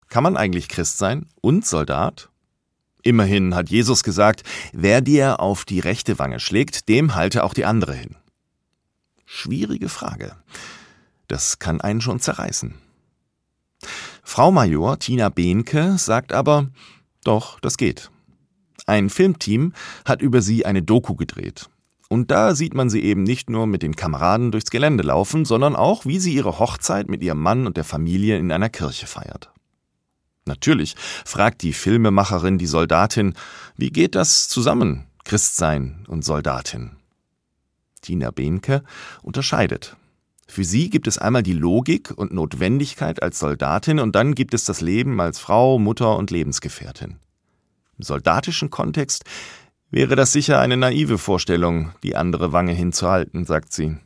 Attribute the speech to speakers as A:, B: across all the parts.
A: Kann man eigentlich Christ sein und Soldat? Immerhin hat Jesus gesagt, wer dir auf die rechte Wange schlägt, dem halte auch die andere hin. Schwierige Frage. Das kann einen schon zerreißen. Frau Major Tina Behnke sagt aber, doch, das geht. Ein Filmteam hat über sie eine Doku gedreht. Und da sieht man sie eben nicht nur mit den Kameraden durchs Gelände laufen, sondern auch, wie sie ihre Hochzeit mit ihrem Mann und der Familie in einer Kirche feiert. Natürlich fragt die Filmemacherin die Soldatin, wie geht das zusammen, Christsein und Soldatin? Tina Behnke unterscheidet. Für sie gibt es einmal die Logik und Notwendigkeit als Soldatin und dann gibt es das Leben als Frau, Mutter und Lebensgefährtin. Im soldatischen Kontext wäre das sicher eine naive Vorstellung, die andere Wange hinzuhalten, sagt sie.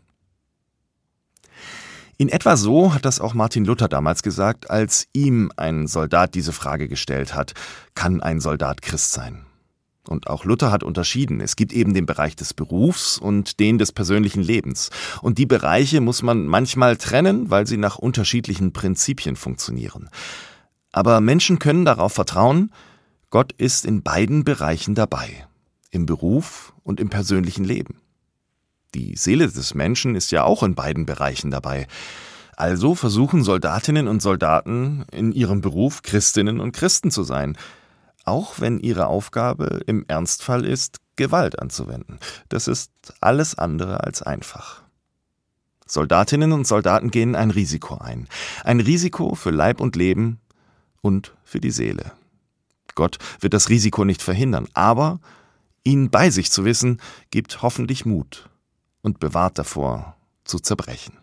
A: In etwa so hat das auch Martin Luther damals gesagt, als ihm ein Soldat diese Frage gestellt hat: Kann ein Soldat Christ sein? Und auch Luther hat unterschieden. Es gibt eben den Bereich des Berufs und den des persönlichen Lebens. Und die Bereiche muss man manchmal trennen, weil sie nach unterschiedlichen Prinzipien funktionieren. Aber Menschen können darauf vertrauen, Gott ist in beiden Bereichen dabei. Im Beruf und im persönlichen Leben. Die Seele des Menschen ist ja auch in beiden Bereichen dabei. Also versuchen Soldatinnen und Soldaten in ihrem Beruf Christinnen und Christen zu sein, auch wenn ihre Aufgabe im Ernstfall ist, Gewalt anzuwenden. Das ist alles andere als einfach. Soldatinnen und Soldaten gehen ein Risiko ein. Ein Risiko für Leib und Leben und für die Seele. Gott wird das Risiko nicht verhindern, aber ihn bei sich zu wissen, gibt hoffentlich Mut und bewahrt davor, zu zerbrechen.